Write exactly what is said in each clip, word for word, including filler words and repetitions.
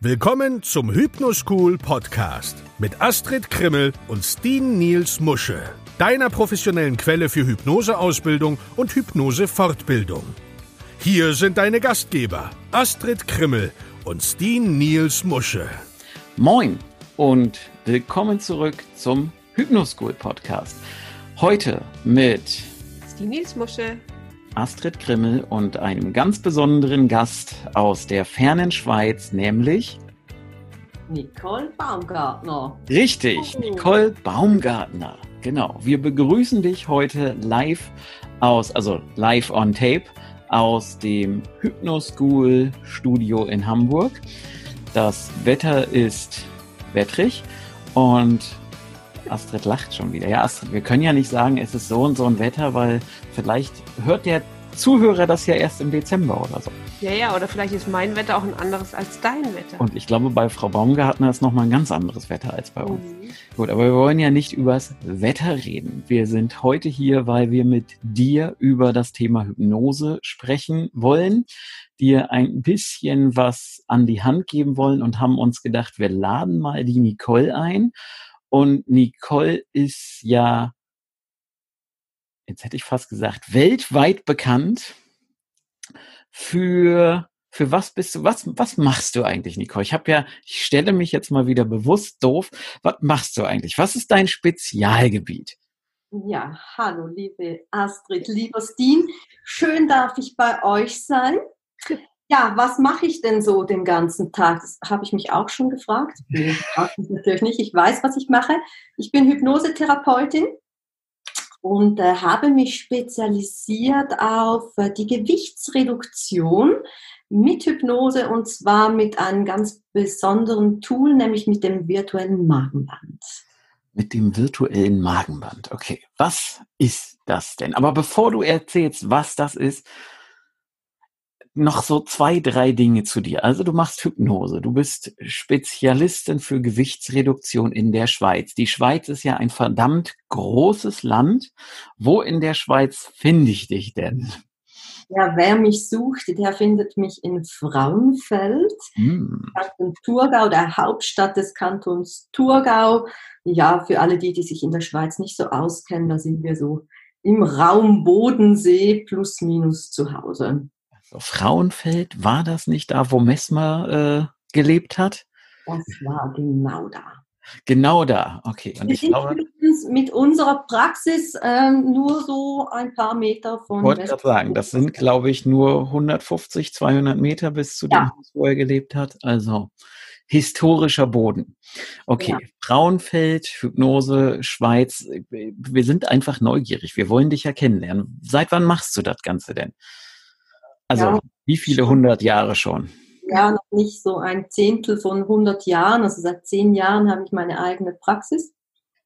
Willkommen zum Hypnoschool Podcast mit Astrid Krimmel und Steen Niels Musche, deiner professionellen Quelle für Hypnoseausbildung und Hypnosefortbildung. Hier sind deine Gastgeber Astrid Krimmel und Steen Niels Musche. Moin und willkommen zurück zum Hypnoschool Podcast. Heute mit Steen Niels Musche, Astrid Krimmel und einem ganz besonderen Gast aus der fernen Schweiz, nämlich Nicole Baumgartner. Richtig, Oh. Nicole Baumgartner. Genau, wir begrüßen dich heute live aus, also live on tape, aus dem Hypnoschool Studio in Hamburg. Das Wetter ist wettrig und Astrid lacht schon wieder. Ja, Astrid, wir können ja nicht sagen, es ist so und so ein Wetter, weil vielleicht hört der Zuhörer das ja erst im Dezember oder so. Ja, ja, oder vielleicht ist mein Wetter auch ein anderes als dein Wetter. Und ich glaube, bei Frau Baumgartner ist nochmal ein ganz anderes Wetter als bei uns. Mhm. Gut, aber wir wollen ja nicht übers Wetter reden. Wir sind heute hier, weil wir mit dir über das Thema Hypnose sprechen wollen, dir ein bisschen was an die Hand geben wollen und haben uns gedacht, wir laden mal die Nicole ein. Und Nicole ist ja, jetzt hätte ich fast gesagt, weltweit bekannt für, für was bist du, was, was machst du eigentlich, Nicole? Ich habe ja, ich stelle mich jetzt mal wieder bewusst doof. Was machst du eigentlich? Was ist dein Spezialgebiet? Ja, hallo liebe Astrid, lieber Steen. Schön darf ich bei euch sein. Ja, was mache ich denn so den ganzen Tag? Das habe ich mich auch schon gefragt. Nee, frag mich natürlich nicht. Ich weiß, was ich mache. Ich bin Hypnosetherapeutin und äh, habe mich spezialisiert auf äh, die Gewichtsreduktion mit Hypnose und zwar mit einem ganz besonderen Tool, nämlich mit dem virtuellen Magenband. Mit dem virtuellen Magenband. Okay, was ist das denn? Aber bevor du erzählst, was das ist, noch so zwei, drei Dinge zu dir. Also du machst Hypnose, du bist Spezialistin für Gewichtsreduktion in der Schweiz. Die Schweiz ist ja ein verdammt großes Land. Wo in der Schweiz finde ich dich denn? Ja, wer mich sucht, der findet mich in Frauenfeld, Hm. Kanton Thurgau, der Hauptstadt des Kantons Thurgau. Ja, für alle die, die sich in der Schweiz nicht so auskennen, da sind wir so im Raum Bodensee plus minus zu Hause. So, Frauenfeld, war das nicht da, wo Messmer äh, gelebt hat? Das war genau da. Genau da, okay. Und Wir ich sind glaube, übrigens mit unserer Praxis ähm, nur so ein paar Meter von ich wollte gerade sagen, das sind, glaube ich, nur hundertfufzig, zweihundert Meter bis zu dem Ja. Haus, wo er gelebt hat. Also historischer Boden. Okay, Ja. Frauenfeld, Hypnose, Schweiz. Wir sind einfach neugierig. Wir wollen dich ja kennenlernen. Seit wann machst du das Ganze denn? Also, Ja, wie viele schon. hundert Jahre schon? Ja, noch nicht so ein Zehntel von hundert Jahren. Also seit zehn Jahren habe ich meine eigene Praxis.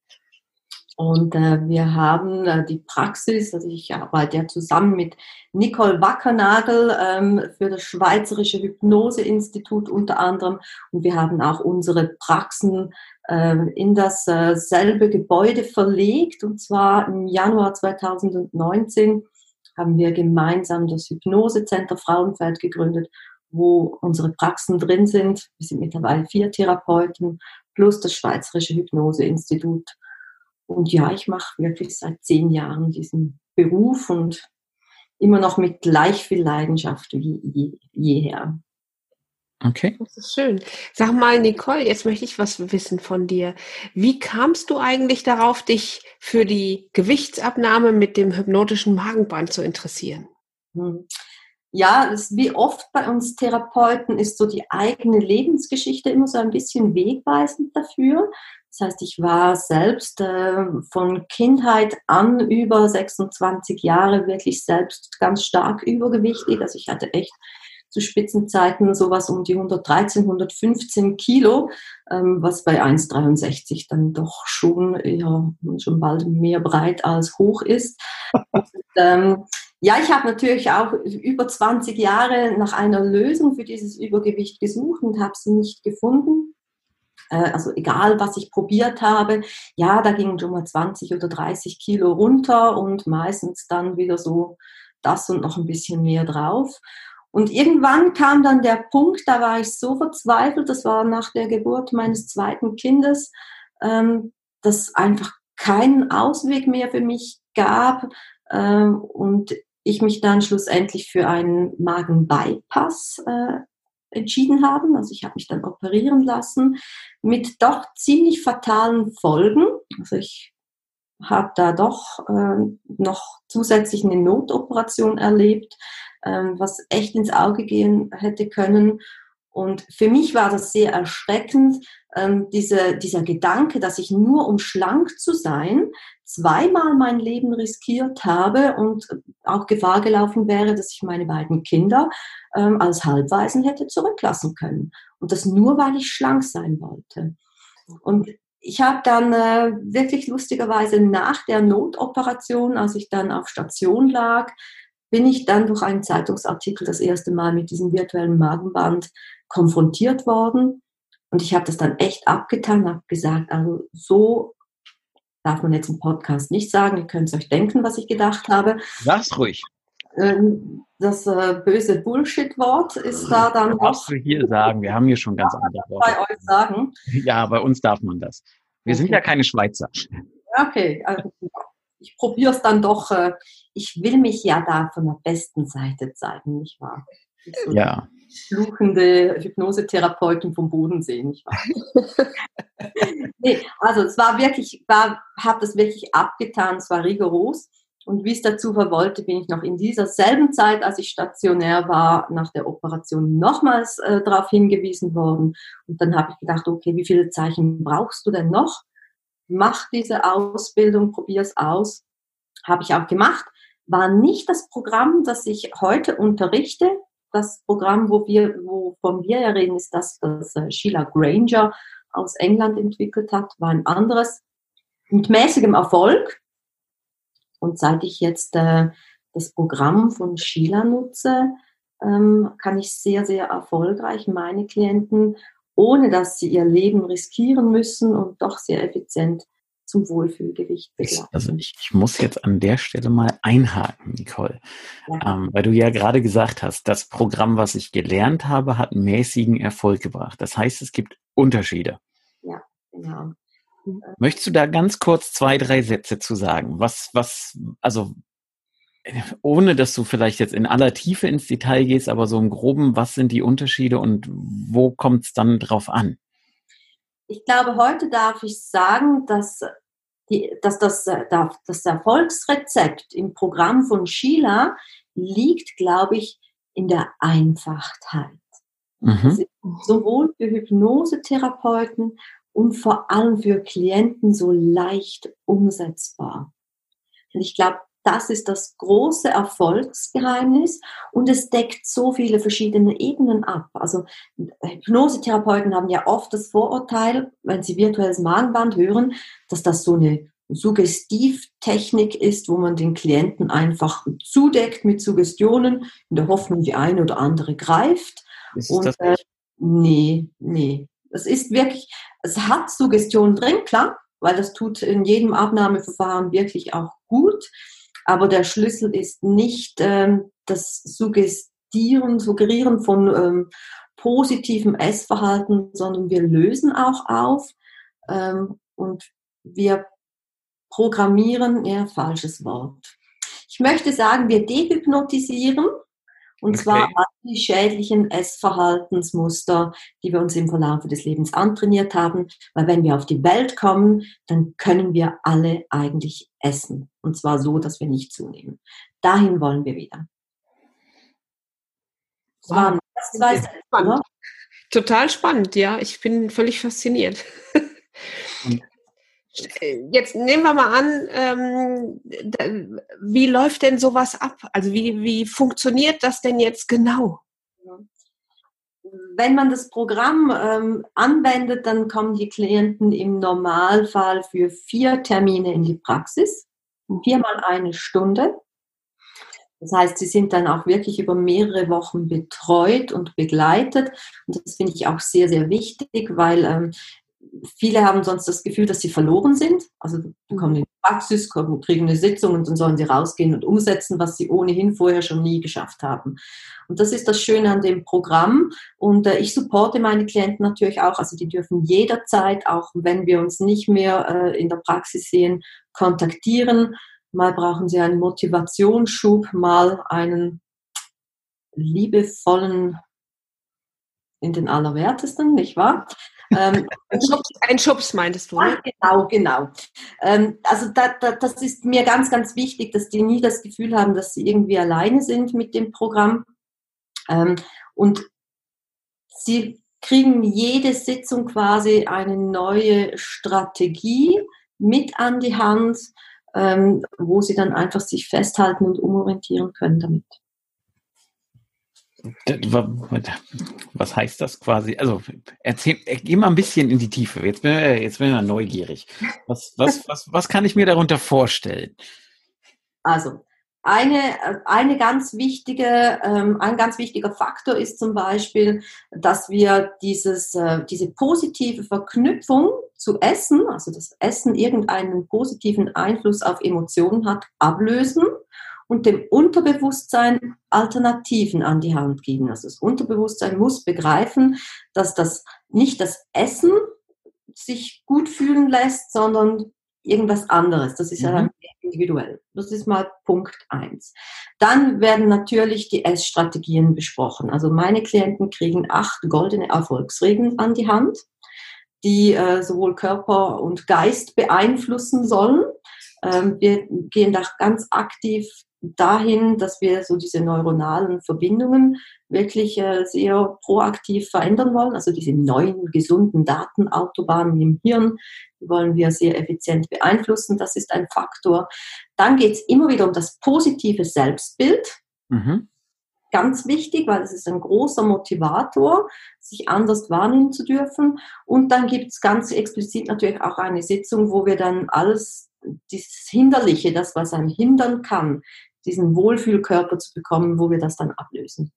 Und äh, wir haben äh, die Praxis, also ich arbeite ja zusammen mit Nicole Wackernagel ähm, für das Schweizerische Hypnoseinstitut unter anderem. Und wir haben auch unsere Praxen äh, in dasselbe äh, Gebäude verlegt. Und zwar im Januar zweitausendneunzehn haben wir gemeinsam das Hypnosecenter Frauenfeld gegründet, wo unsere Praxen drin sind. Wir sind mittlerweile vier Therapeuten plus das Schweizerische Hypnoseinstitut. Und ja, ich mache wirklich seit zehn Jahren diesen Beruf und immer noch mit gleich viel Leidenschaft wie je, jeher. Okay. Das ist schön. Sag mal, Nicole, jetzt möchte ich was wissen von dir. Wie kamst du eigentlich darauf, dich für die Gewichtsabnahme mit dem hypnotischen Magenband zu interessieren? Hm. Ja, das, wie oft bei uns Therapeuten ist so die eigene Lebensgeschichte immer so ein bisschen wegweisend dafür. Das heißt, ich war selbst äh, von Kindheit an über sechsundzwanzig Jahre wirklich selbst ganz stark übergewichtig. Also ich hatte echt zu Spitzenzeiten sowas um die hundertdreizehn, hundertfünfzehn Kilo, ähm, was bei eins Komma dreiundsechzig dann doch schon, ja, schon bald mehr breit als hoch ist. Und, ähm, ja, ich habe natürlich auch über zwanzig Jahre nach einer Lösung für dieses Übergewicht gesucht und habe sie nicht gefunden. Äh, also egal, was ich probiert habe, ja, da gingen schon mal zwanzig oder dreißig Kilo runter und meistens dann wieder so das und noch ein bisschen mehr drauf. Und irgendwann kam dann der Punkt, da war ich so verzweifelt, das war nach der Geburt meines zweiten Kindes, ähm, dass einfach keinen Ausweg mehr für mich gab ähm, und ich mich dann schlussendlich für einen Magenbypass äh, entschieden habe. Also ich habe mich dann operieren lassen mit doch ziemlich fatalen Folgen. Also ich habe da doch äh, noch zusätzlich eine Notoperation erlebt, äh, was echt ins Auge gehen hätte können. Und für mich war das sehr erschreckend, ähm, diese, dieser Gedanke, dass ich nur um schlank zu sein, zweimal mein Leben riskiert habe und auch Gefahr gelaufen wäre, dass ich meine beiden Kinder ähm, als Halbwaisen hätte zurücklassen können. Und das nur, weil ich schlank sein wollte. Und ich habe dann äh, wirklich lustigerweise nach der Notoperation, als ich dann auf Station lag, bin ich dann durch einen Zeitungsartikel das erste Mal mit diesem virtuellen Magenband konfrontiert worden. Und ich habe das dann echt abgetan, habe gesagt, also so darf man jetzt im Podcast nicht sagen, ihr könnt es euch denken, was ich gedacht habe. Sag's ruhig. Das äh, böse Bullshit-Wort ist da dann auch. Darfst du hier sagen, wir haben hier schon ganz andere Worte. Bei euch sagen. Ja, bei uns darf man das. Wir okay. sind ja keine Schweizer. Okay, also ich probiere es dann doch. Äh, ich will mich ja da von der besten Seite zeigen, nicht wahr? So ja. Fluchende Hypnosetherapeutin vom Bodensee, nicht wahr? Nee, also es war wirklich, war, habe das wirklich abgetan, es war rigoros. Und wie es der Zufall wollte, bin ich noch in dieser selben Zeit, als ich stationär war, nach der Operation nochmals äh, darauf hingewiesen worden. Und dann habe ich gedacht, okay, wie viele Zeichen brauchst du denn noch? Mach diese Ausbildung, probier es aus. Habe ich auch gemacht. War nicht das Programm, das ich heute unterrichte. Das Programm, wo wir, wovon wir ja reden, ist das, das äh, Sheila Granger aus England entwickelt hat, war ein anderes. Mit mäßigem Erfolg. Und seit ich jetzt äh, das Programm von Sheila nutze, ähm, kann ich sehr, sehr erfolgreich meine Klienten, ohne dass sie ihr Leben riskieren müssen und doch sehr effizient zum Wohlfühlgewicht begleiten. Also ich, ich muss jetzt an der Stelle mal einhaken, Nicole, ja. ähm, weil du ja gerade gesagt hast, das Programm, was ich gelernt habe, hat mäßigen Erfolg gebracht. Das heißt, es gibt Unterschiede. Ja, genau. Möchtest du da ganz kurz zwei, drei Sätze zu sagen? Was, was, also ohne dass du vielleicht jetzt in aller Tiefe ins Detail gehst, aber so im Groben, was sind die Unterschiede und wo kommt es dann drauf an? Ich glaube, heute darf ich sagen, dass, die, dass das, das Erfolgsrezept im Programm von Sheila liegt, glaube ich, in der Einfachheit. Mhm. Sowohl für Hypnosetherapeuten und vor allem für Klienten so leicht umsetzbar. Und ich glaube, das ist das große Erfolgsgeheimnis und es deckt so viele verschiedene Ebenen ab. Also Hypnosetherapeuten haben ja oft das Vorurteil, wenn sie virtuelles Magenband hören, dass das so eine Suggestivtechnik ist, wo man den Klienten einfach zudeckt mit Suggestionen, in der Hoffnung, die eine oder andere greift. Ist und das äh, nee, nee. Es ist wirklich, es hat Suggestion drin, klar, weil das tut in jedem Abnahmeverfahren wirklich auch gut. Aber der Schlüssel ist nicht ähm, das Suggestieren, Suggerieren von ähm, positivem Essverhalten, sondern wir lösen auch auf ähm, und wir programmieren, ja, falsches Wort. Ich möchte sagen, wir dehypnotisieren. Und okay. zwar all die schädlichen Essverhaltensmuster, die wir uns im Verlauf des Lebens antrainiert haben. Weil wenn wir auf die Welt kommen, dann können wir alle eigentlich essen. Und zwar so, dass wir nicht zunehmen. Dahin wollen wir wieder. Das wow. war das war Sätze, spannend. Total spannend, ja. Ich bin völlig fasziniert. Jetzt nehmen wir mal an, ähm, wie läuft denn sowas ab? Also wie, wie funktioniert das denn jetzt genau? Wenn man das Programm ähm, anwendet, dann kommen die Klienten im Normalfall für vier Termine in die Praxis, viermal eine Stunde. Das heißt, sie sind dann auch wirklich über mehrere Wochen betreut und begleitet. Und das finde ich auch sehr, sehr wichtig, weil ähm, viele haben sonst das Gefühl, dass sie verloren sind. Also die kommen in die Praxis, kommen, kriegen eine Sitzung und dann sollen sie rausgehen und umsetzen, was sie ohnehin vorher schon nie geschafft haben. Und das ist das Schöne an dem Programm. Und äh, ich supporte meine Klienten natürlich auch. Also die dürfen jederzeit, auch wenn wir uns nicht mehr äh, in der Praxis sehen, kontaktieren. Mal brauchen sie einen Motivationsschub, mal einen liebevollen in den Allerwertesten, nicht wahr? Ähm, ein, Schubs, ein Schubs meintest du, ne? Genau, genau. Ähm, also da, da, das ist mir ganz, ganz wichtig, dass die nie das Gefühl haben, dass sie irgendwie alleine sind mit dem Programm. Ähm, und sie kriegen jede Sitzung quasi eine neue Strategie mit an die Hand, ähm, wo sie dann einfach sich festhalten und umorientieren können damit. Was heißt das quasi? Also erzähl, geh mal ein bisschen in die Tiefe. Jetzt bin, jetzt bin ich mal neugierig. Was, was, was, was kann ich mir darunter vorstellen? Also eine, eine ganz wichtige, ähm, ein ganz wichtiger Faktor ist zum Beispiel, dass wir dieses, äh, diese positive Verknüpfung zu Essen, also das Essen irgendeinen positiven Einfluss auf Emotionen hat, ablösen und dem Unterbewusstsein Alternativen an die Hand geben. Also das Unterbewusstsein muss begreifen, dass das nicht das Essen sich gut fühlen lässt, sondern irgendwas anderes. Das ist mhm. ja dann individuell. Das ist mal Punkt eins. Dann werden natürlich die Essstrategien besprochen. Also meine Klienten kriegen acht goldene Erfolgsregeln an die Hand, die äh, sowohl Körper und Geist beeinflussen sollen. Ähm, wir gehen da ganz aktiv dahin, dass wir so diese neuronalen Verbindungen wirklich äh, sehr proaktiv verändern wollen. Also diese neuen, gesunden Datenautobahnen im Hirn, die wollen wir sehr effizient beeinflussen. Das ist ein Faktor. Dann geht es immer wieder um das positive Selbstbild. Mhm. Ganz wichtig, weil es ist ein großer Motivator, sich anders wahrnehmen zu dürfen. Und dann gibt es ganz explizit natürlich auch eine Sitzung, wo wir dann alles, dieses Hinderliche, das, was einem hindern kann, diesen Wohlfühlkörper zu bekommen, wo wir das dann ablösen.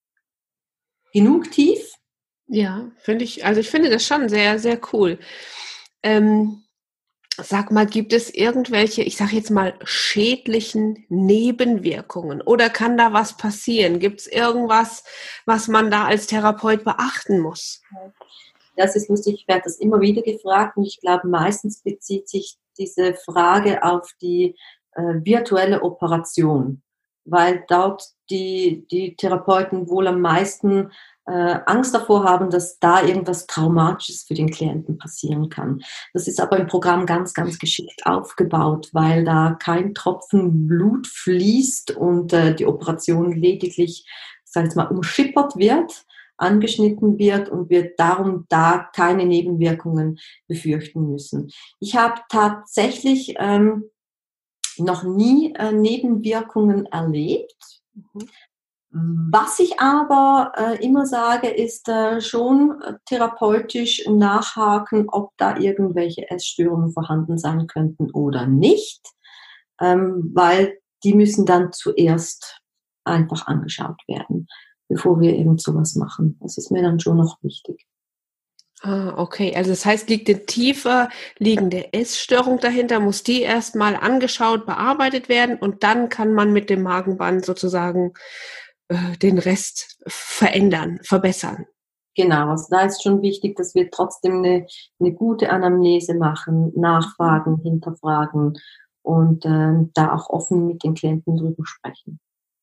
Genug tief? Ja, finde ich, also ich finde das schon sehr, sehr cool. Ähm, sag mal, gibt es irgendwelche, ich sage jetzt mal, schädlichen Nebenwirkungen oder kann da was passieren? Gibt es irgendwas, was man da als Therapeut beachten muss? Das ist lustig, ich werde das immer wieder gefragt und ich glaube, meistens bezieht sich diese Frage auf die äh, virtuelle Operation, weil dort die, die Therapeuten wohl am meisten äh, Angst davor haben, dass da irgendwas Traumatisches für den Klienten passieren kann. Das ist aber im Programm ganz, ganz geschickt aufgebaut, weil da kein Tropfen Blut fließt und äh, die Operation lediglich, sag ich jetzt mal, umschippert wird, angeschnitten wird und wir darum da keine Nebenwirkungen befürchten müssen. Ich habe tatsächlich ähm, noch nie äh, Nebenwirkungen erlebt. Mhm. Was ich aber äh, immer sage, ist äh, schon therapeutisch nachhaken, ob da irgendwelche Essstörungen vorhanden sein könnten oder nicht, ähm, weil die müssen dann zuerst einfach angeschaut werden, bevor wir irgend sowas machen. Das ist mir dann schon noch wichtig. Ah, okay. Also das heißt, liegt eine tiefer liegende Essstörung dahinter, muss die erstmal angeschaut, bearbeitet werden und dann kann man mit dem Magenband sozusagen äh, den Rest verändern, verbessern. Genau, also da ist schon wichtig, dass wir trotzdem eine, eine gute Anamnese machen, nachfragen, hinterfragen und äh, da auch offen mit den Klienten drüber sprechen.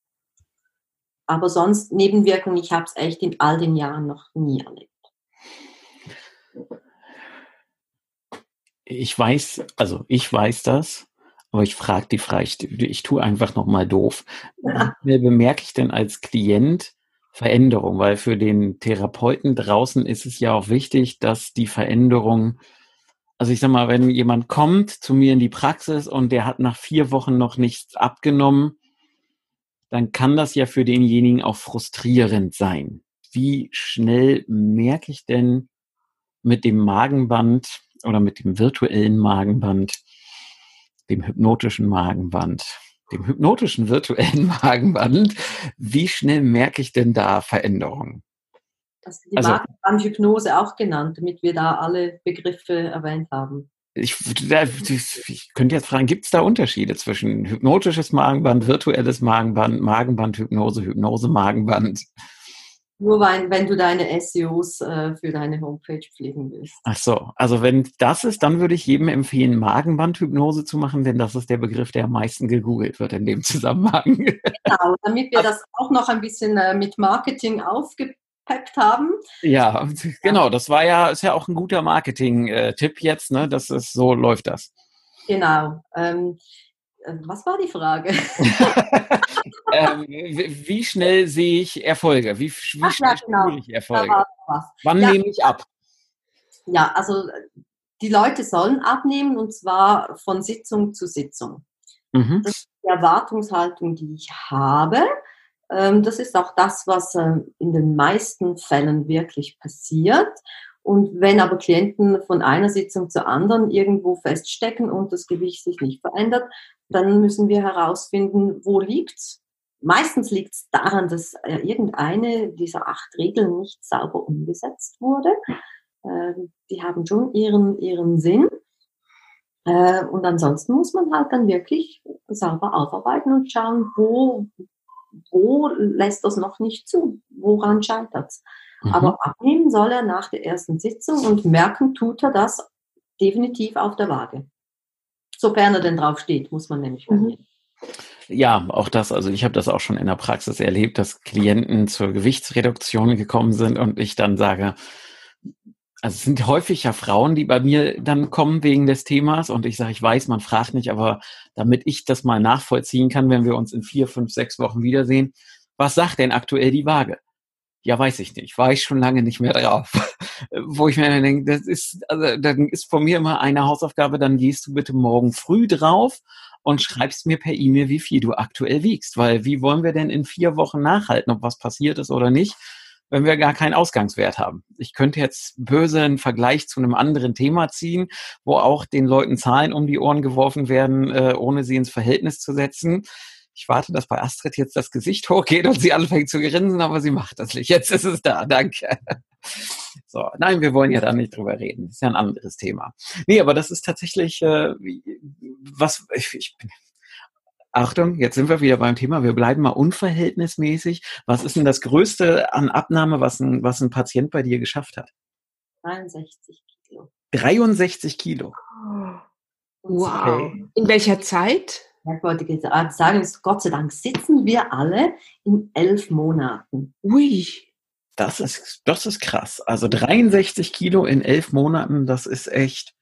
Aber sonst Nebenwirkungen, ich habe es echt in all den Jahren noch nie erlebt. Ich weiß, also ich weiß das, aber ich frage die Frage, ich, ich tue einfach nochmal doof. Ja. Wie bemerke ich denn als Klient Veränderung? Weil für den Therapeuten draußen ist es ja auch wichtig, dass die Veränderung, also ich sag mal, wenn jemand kommt zu mir in die Praxis und der hat nach vier Wochen noch nichts abgenommen, dann kann das ja für denjenigen auch frustrierend sein. Wie schnell merke ich denn mit dem Magenband oder mit dem virtuellen Magenband, dem hypnotischen Magenband, dem hypnotischen virtuellen Magenband, wie schnell merke ich denn da Veränderungen? Das ist die also, Magenbandhypnose auch genannt, damit wir da alle Begriffe erwähnt haben. Ich, ich könnte jetzt fragen, gibt es da Unterschiede zwischen hypnotisches Magenband, virtuelles Magenband, Magenband-Hypnose, Hypnose-Magenband? Nur wenn, wenn du deine S E Os äh, für deine Homepage pflegen willst. Ach so, also wenn das ist, dann würde ich jedem empfehlen, Magenband-Hypnose zu machen, denn das ist der Begriff, der am meisten gegoogelt wird in dem Zusammenhang. Genau, damit wir das auch noch ein bisschen äh, mit Marketing aufgepeppt haben. Ja, genau, das war ja, ist ja auch ein guter Marketing-Tipp jetzt, ne? Das ist, so läuft das. Genau. Ähm, äh, was war die Frage? ähm, wie, wie schnell sehe ich Erfolge? Wie, wie Ach, schnell ja, genau. spüre ich Erfolge? Da war was. Wann Ja. nehme ich ab? Ja, also die Leute sollen abnehmen und zwar von Sitzung zu Sitzung. Mhm. Das ist die Erwartungshaltung, die ich habe. Ähm, das ist auch das, was ähm, in den meisten Fällen wirklich passiert. Und wenn aber Klienten von einer Sitzung zur anderen irgendwo feststecken und das Gewicht sich nicht verändert, dann müssen wir herausfinden, wo liegt's. Meistens liegt es daran, dass äh, irgendeine dieser acht Regeln nicht sauber umgesetzt wurde. Äh, die haben schon ihren, ihren Sinn. Äh, und ansonsten muss man halt dann wirklich sauber aufarbeiten und schauen, wo, wo lässt das noch nicht zu, woran scheitert's. Mhm. Aber abnehmen soll er nach der ersten Sitzung und merken tut er das definitiv auf der Waage. Sofern er denn drauf steht, muss man nämlich Mhm. Ja, auch das, also ich habe das auch schon in der Praxis erlebt, dass Klienten zur Gewichtsreduktion gekommen sind und ich dann sage, also es sind häufig ja Frauen, die bei mir dann kommen wegen des Themas und ich sage, ich weiß, man fragt nicht, aber damit ich das mal nachvollziehen kann, wenn wir uns in vier, fünf, sechs Wochen wiedersehen, was sagt denn aktuell die Waage? Ja, weiß ich nicht, war ich schon lange nicht mehr drauf. Wo ich mir denke, das ist, also dann ist von mir immer eine Hausaufgabe, dann gehst du bitte morgen früh drauf und schreibst mir per E-Mail, wie viel du aktuell wiegst, weil wie wollen wir denn in vier Wochen nachhalten, ob was passiert ist oder nicht, wenn wir gar keinen Ausgangswert haben. Ich könnte jetzt böse einen Vergleich zu einem anderen Thema ziehen, wo auch den Leuten Zahlen um die Ohren geworfen werden, äh, ohne sie ins Verhältnis zu setzen. Ich warte, dass bei Astrid jetzt das Gesicht hochgeht und sie anfängt zu grinsen, aber sie macht das nicht. Jetzt ist es da, danke. So, nein, wir wollen ja da nicht drüber reden. Das ist ja ein anderes Thema. Nee, aber das ist tatsächlich, äh, was, ich, ich bin, Achtung, jetzt sind wir wieder beim Thema. Wir bleiben mal unverhältnismäßig. Was ist denn das Größte an Abnahme, was ein, was ein Patient bei dir geschafft hat? dreiundsechzig Kilo. dreiundsechzig Kilo. Wow. Okay. In welcher Zeit? Ja, ich wollte gerade sagen, Gott sei Dank sitzen wir alle in elf Monaten. Ui. Das ist, das ist krass. Also dreiundsechzig Kilo in elf Monaten, das ist echt,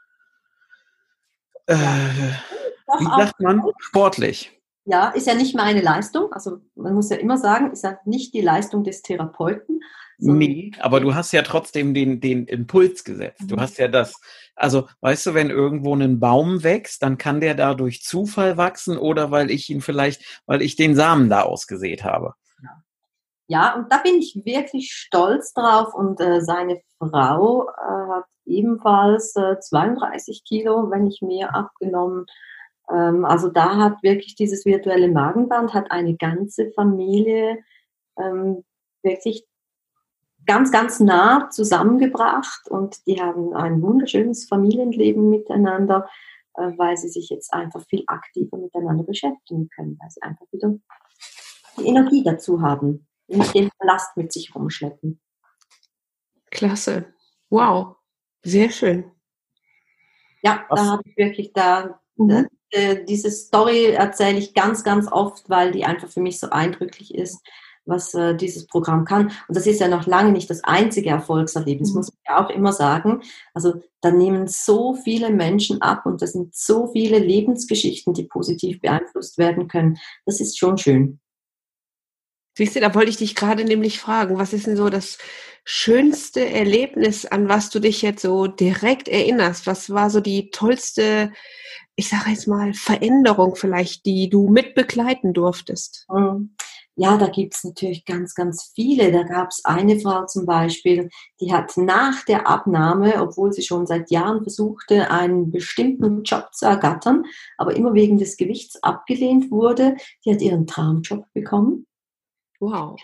äh, Doch, wie sagt man, sportlich. Ja, ist ja nicht meine Leistung. Also man muss ja immer sagen, ist ja nicht die Leistung des Therapeuten. Nee, aber du hast ja trotzdem den, den Impuls gesetzt. Du Mhm. hast ja das, also weißt du, wenn irgendwo ein Baum wächst, dann kann der da durch Zufall wachsen oder weil ich ihn vielleicht, weil ich den Samen da ausgesät habe. Ja, und da bin ich wirklich stolz drauf. Und äh, seine Frau äh, hat ebenfalls äh, zweiunddreißig Kilo, wenn nicht mehr, abgenommen. Ähm, also da hat wirklich dieses virtuelle Magenband, hat eine ganze Familie ähm, wirklich ganz, ganz nah zusammengebracht. Und die haben ein wunderschönes Familienleben miteinander, äh, weil sie sich jetzt einfach viel aktiver miteinander beschäftigen können, weil sie einfach wieder die Energie dazu haben. Nicht den Ballast mit sich rumschleppen. Klasse. Wow. Sehr schön. Ja, Was? da habe ich wirklich da, Mhm. äh, diese Story erzähle ich ganz, ganz oft, weil die einfach für mich so eindrücklich ist, was äh, dieses Programm kann. Und das ist ja noch lange nicht das einzige Erfolgserlebnis, Mhm. muss man ja auch immer sagen. Also da nehmen so viele Menschen ab und da sind so viele Lebensgeschichten, die positiv beeinflusst werden können. Das ist schon schön. Siehst du, da wollte ich dich gerade nämlich fragen, was ist denn so das schönste Erlebnis, an was du dich jetzt so direkt erinnerst? Was war so die tollste, ich sage jetzt mal, Veränderung vielleicht, die du mit begleiten durftest? Ja, da gibt's natürlich ganz, ganz viele. Da gab's eine Frau zum Beispiel, die hat nach der Abnahme, obwohl sie schon seit Jahren versuchte, einen bestimmten Job zu ergattern, aber immer wegen des Gewichts abgelehnt wurde, die hat ihren Traumjob bekommen. Wow.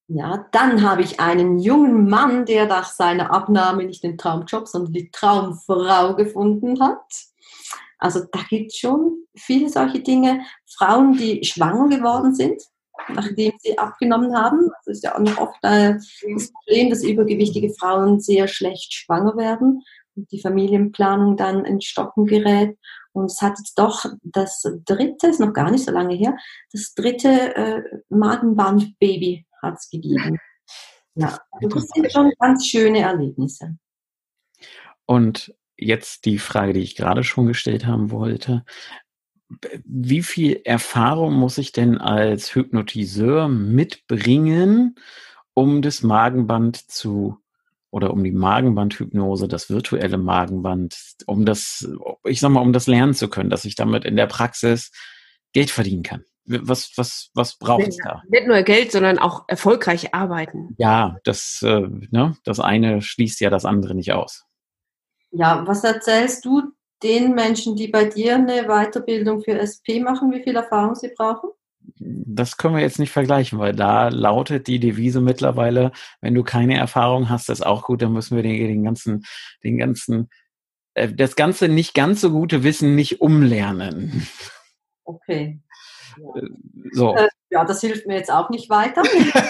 Ja, dann habe ich einen jungen Mann, der nach seiner Abnahme nicht den Traumjob, sondern die Traumfrau gefunden hat. Also da gibt es schon viele solche Dinge. Frauen, die schwanger geworden sind, nachdem sie abgenommen haben. Das ist ja auch noch oft äh, das Problem, dass übergewichtige Frauen sehr schlecht schwanger werden und die Familienplanung dann ins Stocken gerät. Und es hat jetzt doch das dritte, ist noch gar nicht so lange her, das dritte äh, Magenband-Baby hat es gegeben. Ja, das sind schon ganz schöne Erlebnisse. Und jetzt die Frage, die ich gerade schon gestellt haben wollte. Wie viel Erfahrung muss ich denn als Hypnotiseur mitbringen, um das Magenband zu, oder um die Magenbandhypnose, das virtuelle Magenband, um das, ich sag mal, um das lernen zu können, dass ich damit in der Praxis Geld verdienen kann? Was, was, was braucht es da? Nicht nur Geld, sondern auch erfolgreich arbeiten. Ja, das, äh, ne, das eine schließt ja das andere nicht aus. Ja, was erzählst du den Menschen, die bei dir eine Weiterbildung für S P machen, wie viel Erfahrung sie brauchen? Das können wir jetzt nicht vergleichen, weil da lautet die Devise mittlerweile, wenn du keine Erfahrung hast, das ist auch gut, dann müssen wir den, den ganzen, den ganzen, äh, das ganze nicht ganz so gute Wissen nicht umlernen. Okay. Ja. So. Äh, ja, das hilft mir jetzt auch nicht weiter.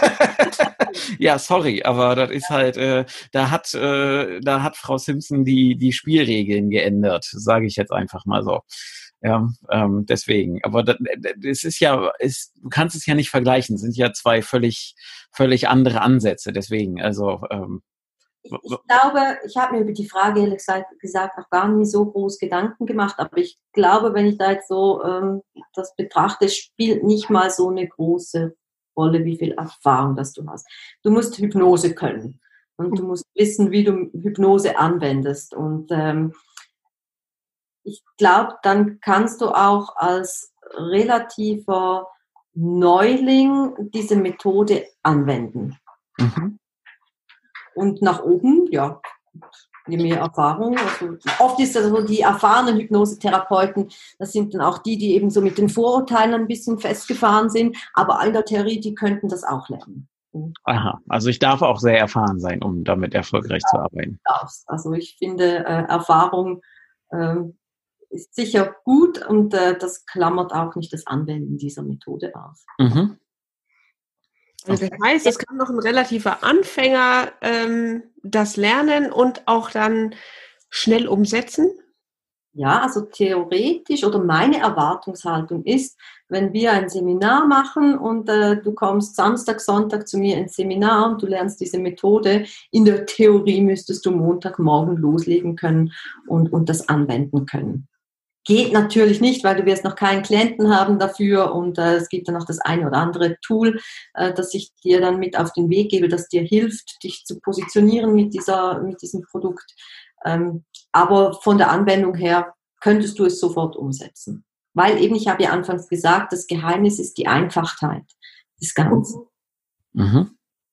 Ja, sorry, aber das ist halt, äh, da hat, äh, da hat Frau Simpson die die Spielregeln geändert, sage ich jetzt einfach mal so. Ja, ähm, deswegen. Aber das, das ist ja, ist, du kannst es ja nicht vergleichen. Das sind ja zwei völlig, völlig andere Ansätze. Deswegen, also. Ähm, ich, ich glaube, ich habe mir über die Frage ehrlich gesagt auch gar nie so groß Gedanken gemacht. Aber ich glaube, wenn ich da jetzt so ähm, das betrachte, spielt nicht mal so eine große Rolle, wie viel Erfahrung das du hast. Du musst Hypnose können und du musst wissen, wie du Hypnose anwendest. Und ähm, ich glaube, dann kannst du auch als relativer Neuling diese Methode anwenden. Mhm. Und nach oben, ja, je mehr Erfahrung. Also oft ist also die erfahrenen Hypnosetherapeuten, das sind dann auch die, die eben so mit den Vorurteilen ein bisschen festgefahren sind, aber in der Theorie, die könnten das auch lernen. Aha, also ich darf auch sehr erfahren sein, um damit erfolgreich ja, zu arbeiten. Also ich finde, äh, Erfahrung äh, ist sicher gut und äh, das klammert auch nicht das Anwenden dieser Methode aus. Mhm. Also das heißt, es kann noch ein relativer Anfänger ähm, das lernen und auch dann schnell umsetzen? Ja, also theoretisch oder meine Erwartungshaltung ist, wenn wir ein Seminar machen und äh, du kommst Samstag, Sonntag zu mir ins Seminar und du lernst diese Methode, in der Theorie müsstest du Montagmorgen loslegen können und, und das anwenden können. Geht natürlich nicht, weil du wirst noch keinen Klienten haben dafür und äh, es gibt dann noch das eine oder andere Tool, äh, das ich dir dann mit auf den Weg gebe, das dir hilft, dich zu positionieren mit dieser, mit diesem Produkt. Ähm, aber von der Anwendung her könntest du es sofort umsetzen. Weil eben, ich habe ja anfangs gesagt, das Geheimnis ist die Einfachheit des Ganzen. Mhm.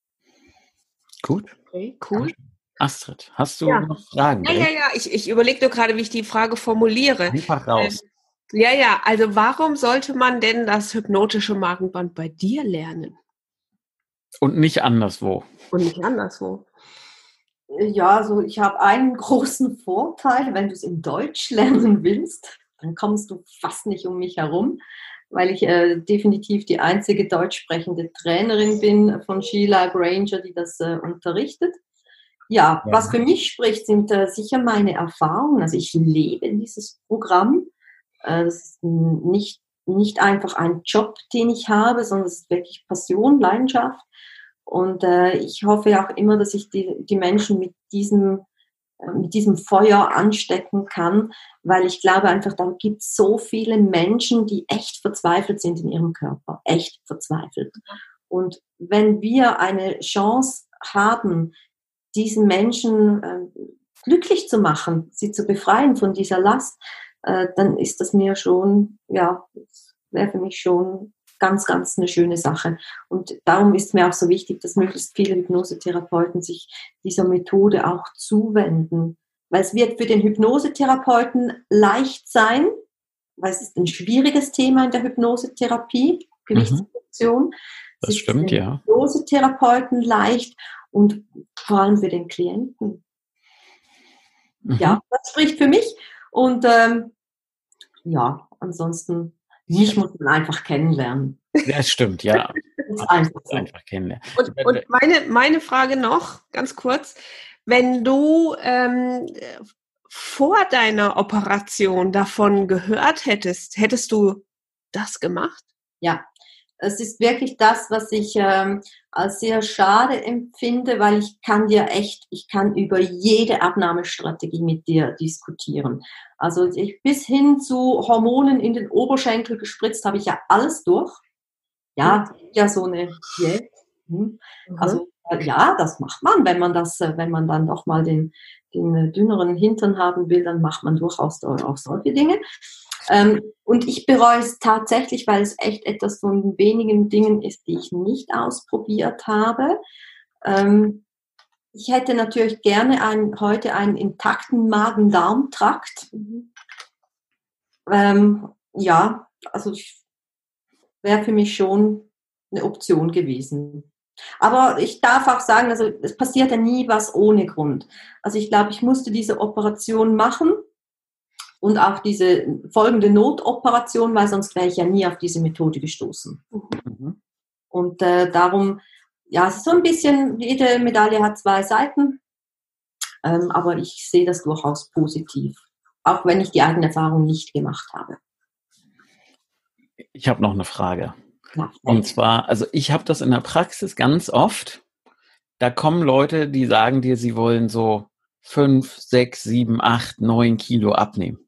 Gut. Okay, cool. Astrid, hast du ja. noch Fragen? Ja, ja, ja, ich, ich überlege nur gerade, wie ich die Frage formuliere. Einfach raus. Ähm, ja, ja, also warum sollte man denn das hypnotische Magenband bei dir lernen? Und nicht anderswo. Und nicht anderswo. Ja, also ich habe einen großen Vorteil, wenn du es in Deutsch lernen willst, dann kommst du fast nicht um mich herum, weil ich äh, definitiv die einzige deutsch sprechende Trainerin bin von Sheila Granger, die das äh, unterrichtet. Ja, ja, was für mich spricht, sind äh, sicher meine Erfahrungen. Also ich lebe dieses Programm. Äh, das ist nicht, nicht einfach ein Job, den ich habe, sondern es ist wirklich Passion, Leidenschaft. Und äh, ich hoffe auch immer, dass ich die, die Menschen mit diesem, äh, mit diesem Feuer anstecken kann, weil ich glaube einfach, da gibt es so viele Menschen, die echt verzweifelt sind in ihrem Körper. Echt verzweifelt. Und wenn wir eine Chance haben, diesen Menschen äh, glücklich zu machen, sie zu befreien von dieser Last, äh, dann ist das mir schon, ja, wäre für mich schon ganz, ganz eine schöne Sache. Und darum ist mir auch so wichtig, dass möglichst viele Hypnosetherapeuten sich dieser Methode auch zuwenden. Weil es wird für den Hypnosetherapeuten leicht sein, weil es ist ein schwieriges Thema in der Hypnosetherapie, Gewichtsreduktion. Mhm. Das es stimmt, ist für ja. Hypnosetherapeuten leicht und vor allem für den Klienten. Mhm. Ja, das spricht für mich. Und ähm, ja, ansonsten, mich muss man einfach kennenlernen. Das stimmt, ja. Das ist Man muss einfach es so. einfach kennenlernen. Und, und meine, meine Frage noch, ganz kurz, wenn du ähm, vor deiner Operation davon gehört hättest, hättest du das gemacht? Ja, es ist wirklich das, was ich ähm, als sehr schade empfinde, weil ich kann dir echt, ich kann über jede Abnahmestrategie mit dir diskutieren. Also ich, bis hin zu Hormonen in den Oberschenkel gespritzt, habe ich ja alles durch. Ja, ja so eine Diät. Hm. Also äh, ja, das macht man, wenn man das, äh, wenn man dann doch mal den, den äh, dünneren Hintern haben will, dann macht man durchaus auch solche Dinge. Ähm, und ich bereue es tatsächlich, weil es echt etwas von wenigen Dingen ist, die ich nicht ausprobiert habe. Ähm, ich hätte natürlich gerne ein, heute einen intakten Magen-Darm-Trakt. Ähm, ja, also wäre für mich schon eine Option gewesen. Aber ich darf auch sagen, also es passiert ja nie was ohne Grund. Also ich glaube, ich musste diese Operation machen und auch diese folgende Notoperation, weil sonst wäre ich ja nie auf diese Methode gestoßen. Mhm. Und äh, darum, ja, es ist so ein bisschen, jede Medaille hat zwei Seiten, ähm, aber ich sehe das durchaus positiv, auch wenn ich die eigene Erfahrung nicht gemacht habe. Ich habe noch eine Frage. Ja. Und zwar, also ich habe das in der Praxis ganz oft. Da kommen Leute, die sagen dir, sie wollen so fünf, sechs, sieben, acht, neun Kilo abnehmen.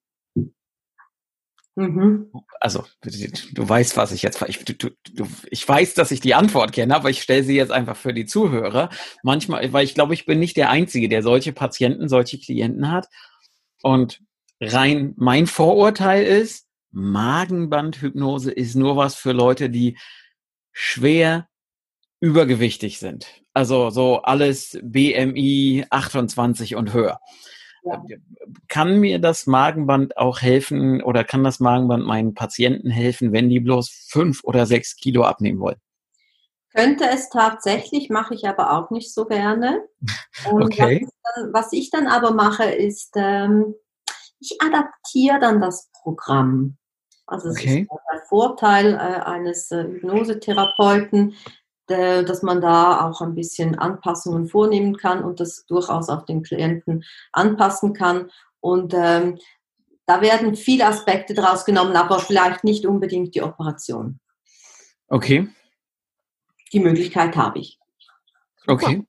Mhm. Also, du weißt, was ich jetzt, ich, du, du, ich weiß, dass ich die Antwort kenne, aber ich stelle sie jetzt einfach für die Zuhörer. Manchmal, weil ich glaube, ich bin nicht der Einzige, der solche Patienten, solche Klienten hat. Und rein mein Vorurteil ist, Magenbandhypnose ist nur was für Leute, die schwer übergewichtig sind. Also so alles B M I achtundzwanzig und höher. Ja. Kann mir das Magenband auch helfen oder kann das Magenband meinen Patienten helfen, wenn die bloß fünf oder sechs Kilo abnehmen wollen? Könnte es tatsächlich, mache ich aber auch nicht so gerne. Ähm, Okay. Was, dann, was ich dann aber mache, ist, ähm, ich adaptiere dann das Programm. Also es Okay. ist der Vorteil äh, eines äh, Hypnosetherapeuten, der, dass man da auch ein bisschen Anpassungen vornehmen kann und das durchaus auf den Klienten anpassen kann. Und ähm, da werden viele Aspekte draus genommen, aber vielleicht nicht unbedingt die Operation. Okay. Die Möglichkeit habe ich. Okay.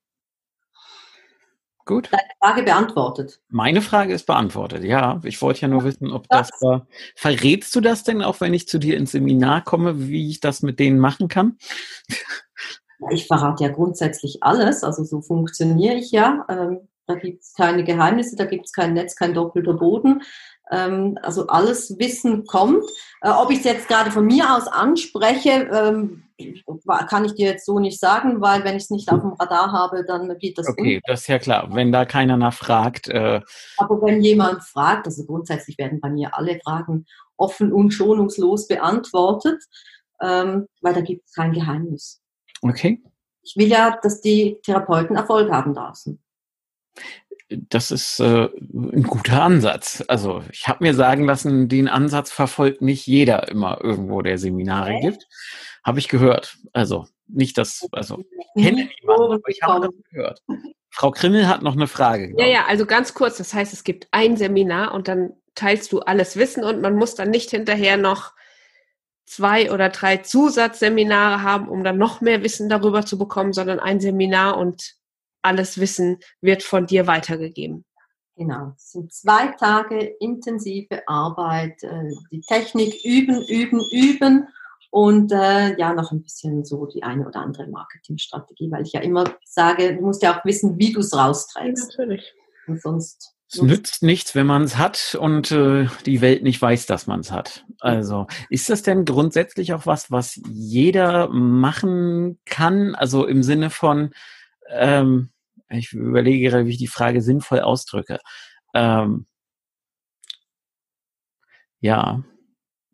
Gut. Deine Frage beantwortet. Meine Frage ist beantwortet. Ja, ich wollte ja nur wissen, ob das war. Verrätst du das denn auch, wenn ich zu dir ins Seminar komme, wie ich das mit denen machen kann? Ich verrate ja grundsätzlich alles, also so funktioniere ich ja. Ähm, da gibt es keine Geheimnisse, da gibt es kein Netz, kein doppelter Boden. Ähm, also alles Wissen kommt. Äh, ob ich es jetzt gerade von mir aus anspreche, ähm, kann ich dir jetzt so nicht sagen, weil wenn ich es nicht auf dem Radar habe, dann geht das Okay, unter. das ist ja klar. Wenn da keiner nachfragt. Äh, Aber wenn jemand fragt, also grundsätzlich werden bei mir alle Fragen offen und schonungslos beantwortet, ähm, weil da gibt es kein Geheimnis. okay. Ich will ja, dass die Therapeuten Erfolg haben draußen. Das ist äh, ein guter Ansatz. Also ich habe mir sagen lassen, den Ansatz verfolgt nicht jeder immer irgendwo, der Seminare Okay. gibt. Habe ich gehört. Also nicht das, also ich kenne niemanden, aber ich habe das gehört. Frau Krimmel hat noch eine Frage. Ja, glaube ich. ja, also ganz kurz, das heißt, es gibt ein Seminar und dann teilst du alles Wissen und man muss dann nicht hinterher noch zwei oder drei Zusatzseminare haben, um dann noch mehr Wissen darüber zu bekommen, sondern ein Seminar und alles Wissen wird von dir weitergegeben. Genau, es sind zwei Tage intensive Arbeit, äh, die Technik üben, üben, üben und äh, ja, noch ein bisschen so die eine oder andere Marketingstrategie, weil ich ja immer sage, du musst ja auch wissen, wie du es rausträgst. Natürlich. Und sonst Es nützt nichts, wenn man es hat und äh, die Welt nicht weiß, dass man es hat. Also ist das denn grundsätzlich auch was, was jeder machen kann? Also im Sinne von, ähm, ich überlege gerade, wie ich die Frage sinnvoll ausdrücke. Ähm, ja,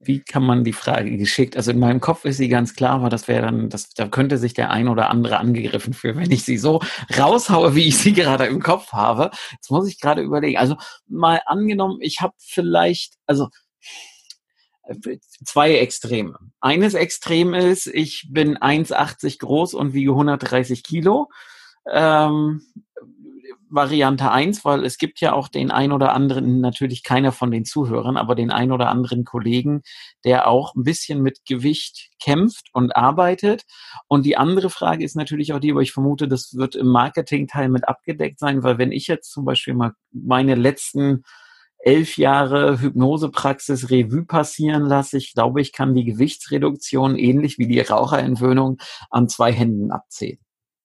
wie kann man die Frage geschickt, also in meinem Kopf ist sie ganz klar, aber das wäre dann, das, da könnte sich der ein oder andere angegriffen fühlen, wenn ich sie so raushaue, wie ich sie gerade im Kopf habe. Jetzt muss ich gerade überlegen, also mal angenommen, ich habe vielleicht, also zwei Extreme. Eines Extrem ist, ich bin eins Komma achtzig groß und wiege hundertdreißig Kilo. Ähm, Variante eins, weil es gibt ja auch den ein oder anderen, natürlich keiner von den Zuhörern, aber den ein oder anderen Kollegen, der auch ein bisschen mit Gewicht kämpft und arbeitet. Und die andere Frage ist natürlich auch die, aber ich vermute, das wird im Marketing-Teil mit abgedeckt sein, weil wenn ich jetzt zum Beispiel mal meine letzten elf Jahre Hypnosepraxis Revue passieren lasse, ich glaube, ich kann die Gewichtsreduktion ähnlich wie die Raucherentwöhnung an zwei Händen abzählen.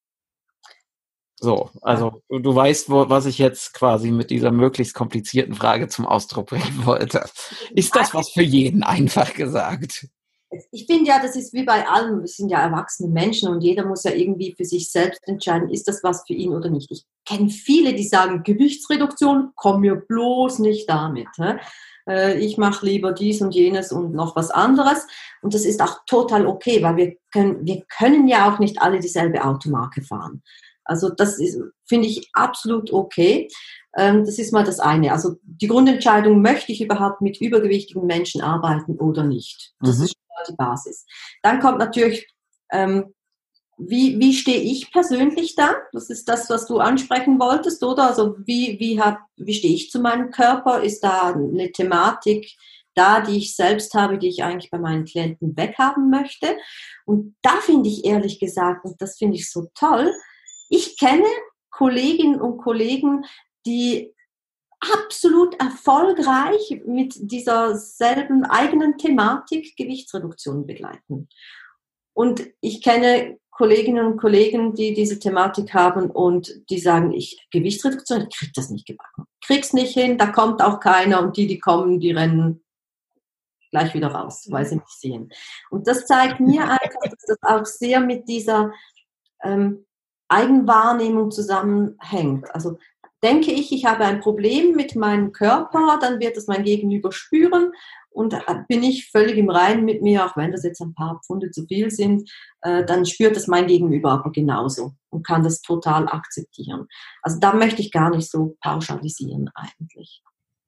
So, also du, du weißt, wo, was ich jetzt quasi mit dieser möglichst komplizierten Frage zum Ausdruck bringen wollte. Ist das was für jeden, einfach gesagt? Ich finde ja, das ist wie bei allem, wir sind ja erwachsene Menschen und jeder muss ja irgendwie für sich selbst entscheiden, ist das was für ihn oder nicht. Ich kenne viele, die sagen, Gewichtsreduktion, komm mir bloß nicht damit. Ne? Ich mache lieber dies und jenes und noch was anderes. Und das ist auch total okay, weil wir können, wir können ja auch nicht alle dieselbe Automarke fahren. Also das ist, finde ich, absolut okay. Ähm, das ist mal das eine. Also die Grundentscheidung, möchte ich überhaupt mit übergewichtigen Menschen arbeiten oder nicht? Das mhm. ist schon mal die Basis. Dann kommt natürlich, ähm, wie, wie stehe ich persönlich da? Das ist das, was du ansprechen wolltest, oder? Also wie, wie, hab, wie stehe ich zu meinem Körper? Ist da eine Thematik da, die ich selbst habe, die ich eigentlich bei meinen Klienten weghaben möchte? Und da finde ich ehrlich gesagt, und das finde ich so toll, ich kenne Kolleginnen und Kollegen, die absolut erfolgreich mit dieser selben eigenen Thematik Gewichtsreduktion begleiten. Und ich kenne Kolleginnen und Kollegen, die diese Thematik haben und die sagen, ich Gewichtsreduktion, ich krieg das nicht gebacken. Krieg's nicht hin, da kommt auch keiner und die, die kommen, die rennen gleich wieder raus, weil sie mich sehen. Und das zeigt mir einfach, dass das auch sehr mit dieser ähm, Eigenwahrnehmung zusammenhängt. Also denke ich, ich habe ein Problem mit meinem Körper, dann wird es mein Gegenüber spüren und bin ich völlig im Reinen mit mir, auch wenn das jetzt ein paar Pfunde zu viel sind, äh, dann spürt es mein Gegenüber aber genauso und kann das total akzeptieren. Also da möchte ich gar nicht so pauschalisieren eigentlich.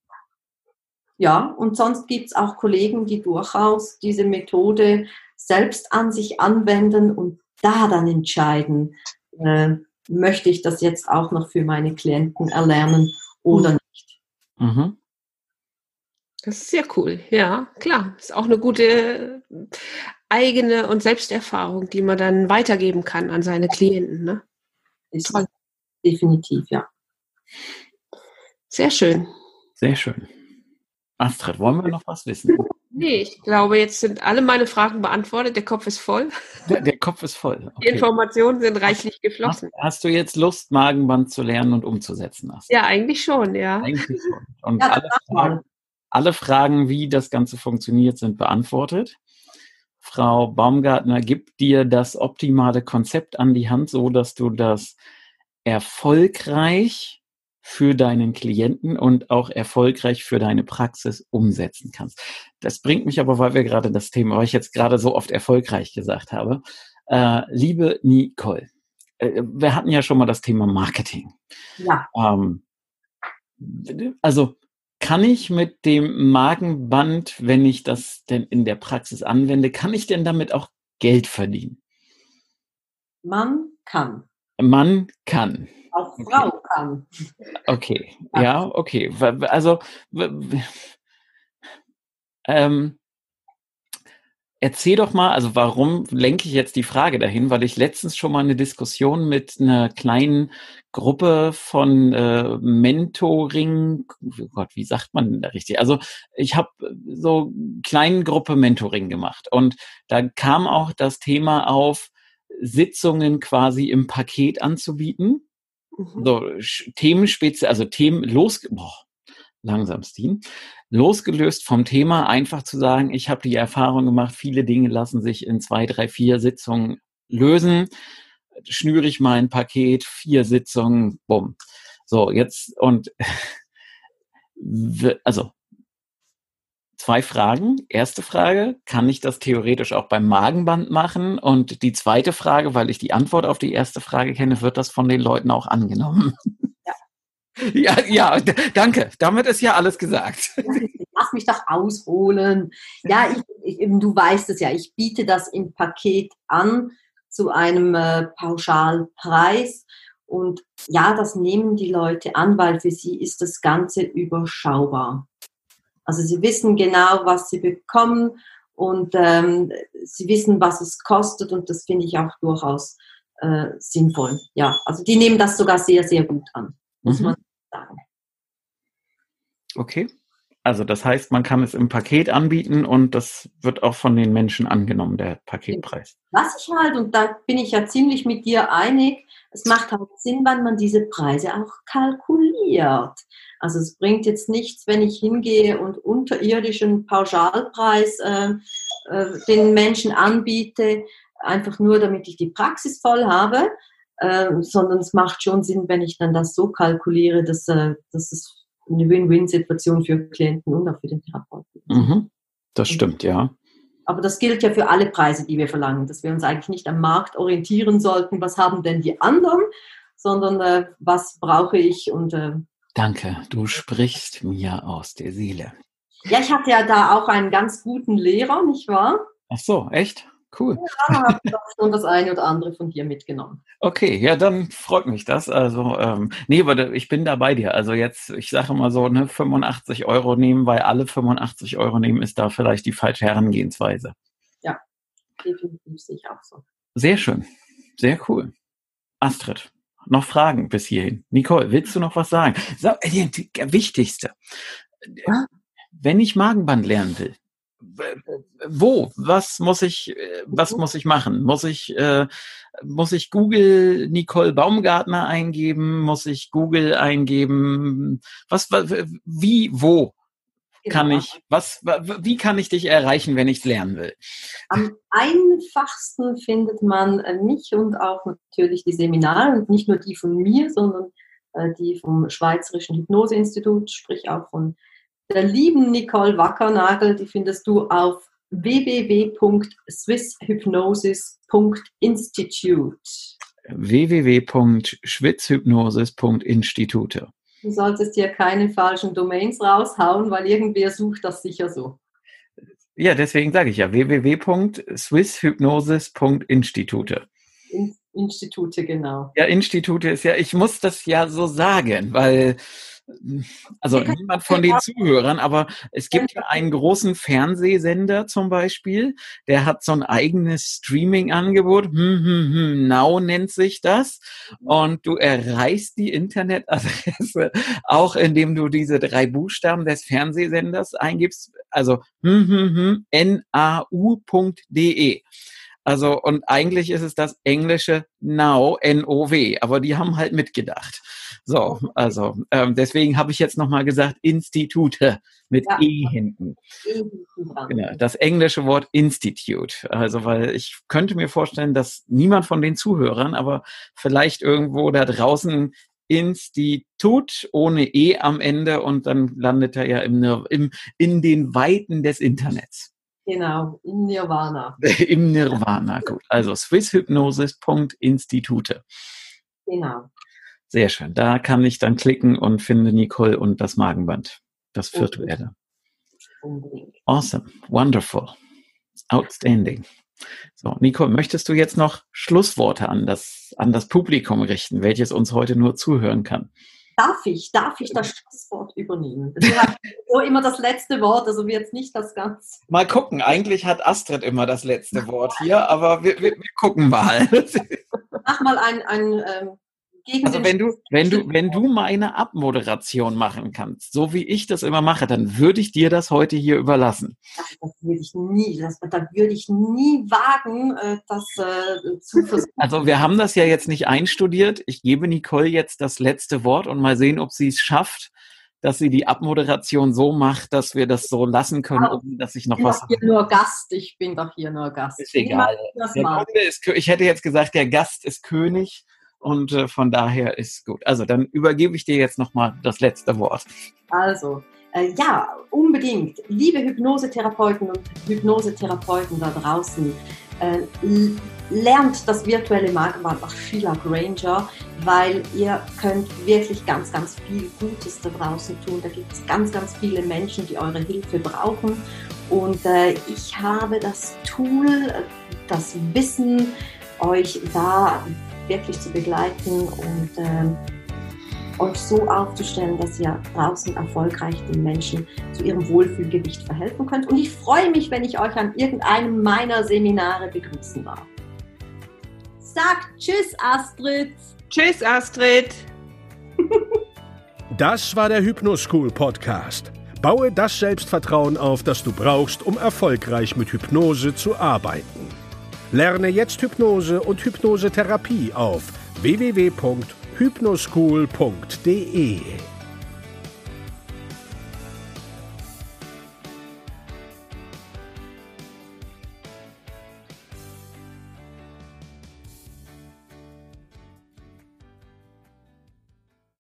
Ja, und sonst gibt es auch Kollegen, die durchaus diese Methode selbst an sich anwenden und da dann entscheiden, Äh, möchte ich das jetzt auch noch für meine Klienten erlernen oder nicht. Mhm. Das ist sehr cool, ja, klar. Ist auch eine gute eigene und Selbsterfahrung, die man dann weitergeben kann an seine Klienten. Ne? Ist Toll. Definitiv, ja. Sehr schön. Sehr schön. Astrid, wollen wir noch was wissen? Nee, ich glaube, jetzt sind alle meine Fragen beantwortet. Der Kopf ist voll. Der, der Kopf ist voll. Okay. Die Informationen sind reichlich geflossen. Hast, hast du jetzt Lust, Magenband zu lernen und umzusetzen? Astrid? Ja, eigentlich schon, ja. Eigentlich schon. Und ja, alle, Fragen, alle Fragen, wie das Ganze funktioniert, sind beantwortet. Frau Baumgartner gibt dir das optimale Konzept an die Hand, so dass du das erfolgreich für deinen Klienten und auch erfolgreich für deine Praxis umsetzen kannst. Das bringt mich aber, weil wir gerade das Thema, weil ich jetzt gerade so oft erfolgreich gesagt habe, äh, liebe Nicole, äh, wir hatten ja schon mal das Thema Marketing. Ja. Ähm, also kann ich mit dem Magenband, wenn ich das denn in der Praxis anwende, kann ich denn damit auch Geld verdienen? Man kann. Man kann. Auch Frau okay. kann. Okay, ja, okay. Also, ähm, erzähl doch mal, also warum lenke ich jetzt die Frage dahin? Weil ich letztens schon mal eine Diskussion mit einer kleinen Gruppe von äh, Mentoring, oh Gott, wie sagt man denn da richtig? Also ich habe so eine kleine Gruppe Mentoring gemacht und da kam auch das Thema auf, Sitzungen quasi im Paket anzubieten. Mhm. So Themenspezial, also Themen los, boah, langsam Steen, losgelöst vom Thema, einfach zu sagen, ich habe die Erfahrung gemacht, viele Dinge lassen sich in zwei, drei, vier Sitzungen lösen. Schnüre ich mein Paket, vier Sitzungen, bumm. So, jetzt und also zwei Fragen. Erste Frage, kann ich das theoretisch auch beim Magenband machen? Und die zweite Frage, weil ich die Antwort auf die erste Frage kenne, wird das von den Leuten auch angenommen? Ja. Ja, ja, d- danke. Damit ist ja alles gesagt. Lass mich doch ausholen. Ja, ich, ich, eben, du weißt es ja, ich biete das im Paket an zu einem äh, Pauschalpreis. Und ja, das nehmen die Leute an, weil für sie ist das Ganze überschaubar. Also sie wissen genau, was sie bekommen und ähm, sie wissen, was es kostet und das finde ich auch durchaus äh, sinnvoll. Ja, also die nehmen das sogar sehr, sehr gut an, muss Mhm. man sagen. Okay. Also das heißt, man kann es im Paket anbieten und das wird auch von den Menschen angenommen, der Paketpreis. Was ich halt, und da bin ich ja ziemlich mit dir einig, es macht halt Sinn, wenn man diese Preise auch kalkuliert. Also es bringt jetzt nichts, wenn ich hingehe und unterirdischen Pauschalpreis äh, äh, den Menschen anbiete, einfach nur, damit ich die Praxis voll habe, äh, sondern es macht schon Sinn, wenn ich dann das so kalkuliere, dass, äh, dass es eine Win-Win-Situation für Klienten und auch für den Therapeuten. Mhm. Das stimmt, ja. Aber das gilt ja für alle Preise, die wir verlangen, dass wir uns eigentlich nicht am Markt orientieren sollten, was haben denn die anderen, sondern äh, was brauche ich und äh, Danke, du sprichst mir aus der Seele. ja, ich hatte ja da auch einen ganz guten Lehrer, nicht wahr? Ach so, echt? Cool. Ja, habe ich auch schon das eine oder andere von dir mitgenommen. Okay, ja, dann freut mich das. Also, ähm, nee, aber da- ich bin da bei dir. Also jetzt, ich sage mal so, ne, fünfundachtzig Euro nehmen, weil alle fünfundachtzig Euro nehmen, ist da vielleicht die falsche Herangehensweise. Ja, definitiv sehe ich auch so. Sehr schön, sehr cool. Astrid, noch Fragen bis hierhin? Nicole, willst du noch was sagen? So, äh, die, die Wichtigste. Ja. Wenn ich Magenband lernen will, wo? Was muss ich, was muss ich machen? Muss ich, äh, muss ich Google Nicole Baumgartner eingeben? Muss ich Google eingeben? Was, wie, wo kann Genau. ich, was, wie kann ich dich erreichen, wenn ich es lernen will? Am einfachsten findet man äh, mich und auch natürlich die Seminare und nicht nur die von mir, sondern äh, die vom Schweizerischen Hypnoseinstitut, sprich auch von der lieben Nicole Wackernagel, die findest du auf w w w punkt swiss hypnosis punkt institute. w w w punkt schwitzhypnosis punkt institute. Du solltest dir keine falschen Domains raushauen, weil irgendwer sucht das sicher so. Ja, deswegen sage ich ja w w w punkt swisshypnosis punkt institute. In Institute, genau. Ja, Institute ist ja, ich muss das ja so sagen, weil also niemand von den Zuhörern, aber es gibt ja einen großen Fernsehsender zum Beispiel, der hat so ein eigenes Streaming-Angebot, hm, hm, hm, Now nennt sich das, und du erreichst die Internetadresse auch, indem du diese drei Buchstaben des Fernsehsenders eingibst, also hm, hm, hm, N A U punkt de. Also, und eigentlich ist es das englische Now, N O W, aber die haben halt mitgedacht. So, also, ähm, deswegen habe ich jetzt nochmal gesagt, Institute mit Ja. E hinten. Genau, das englische Wort Institute. Also, weil ich könnte mir vorstellen, dass niemand von den Zuhörern, aber vielleicht irgendwo da draußen Institut ohne E am Ende und dann landet er ja im, Nir- im, in den Weiten des Internets. Genau, in Nirvana. Im Nirvana, gut. Also swisshypnosis punkt institute. Genau. Sehr schön. Da kann ich dann klicken und finde Nicole und das Magenband, das virtuelle. Unbedingt. Awesome, wonderful, outstanding. So, Nicole, möchtest du jetzt noch Schlussworte an das, an das Publikum richten, welches uns heute nur zuhören kann? Darf ich, darf ich das Schlusswort übernehmen? Du hast so immer das letzte Wort, also jetzt nicht das Ganze. Mal gucken, eigentlich hat Astrid immer das letzte Wort hier, aber wir, wir, wir gucken mal. Mach mal ein, ein ähm, gegen Also den wenn du, wenn du, wenn du meine Abmoderation machen kannst, so wie ich das immer mache, dann würde ich dir das heute hier überlassen. Das, das würde ich nie, das, da würde ich nie wagen, äh, das äh, zu versuchen. Also wir haben das ja jetzt nicht einstudiert. Ich gebe Nicole jetzt das letzte Wort und mal sehen, ob sie es schafft, dass sie die Abmoderation so macht, dass wir das so lassen können, ohne dass ich noch Ich bin was doch hier nur Gast, ich bin doch hier nur Gast. Ist egal. Das Der mal. Kunde ist, Kö- ich hätte jetzt gesagt, der Gast ist König und äh, von daher ist gut. Also dann übergebe ich dir jetzt nochmal das letzte Wort. Also, Äh, ja, unbedingt. Liebe Hypnosetherapeuten und Hypnosetherapeuten da draußen, äh, lernt das virtuelle Markenbad nach Sheila Granger, weil ihr könnt wirklich ganz, ganz viel Gutes da draußen tun. Da gibt es ganz, ganz viele Menschen, die eure Hilfe brauchen. Und äh, ich habe das Tool, das Wissen, euch da wirklich zu begleiten und äh, euch so aufzustellen, dass ihr draußen erfolgreich den Menschen zu ihrem Wohlfühlgewicht verhelfen könnt. Und ich freue mich, wenn ich euch an irgendeinem meiner Seminare begrüßen darf. Sagt Tschüss, Astrid. Tschüss, Astrid. Das war der Hypnoschool Podcast. Baue das Selbstvertrauen auf, das du brauchst, um erfolgreich mit Hypnose zu arbeiten. Lerne jetzt Hypnose und Hypnosetherapie auf w w w punkt hypnoschool punkt d e.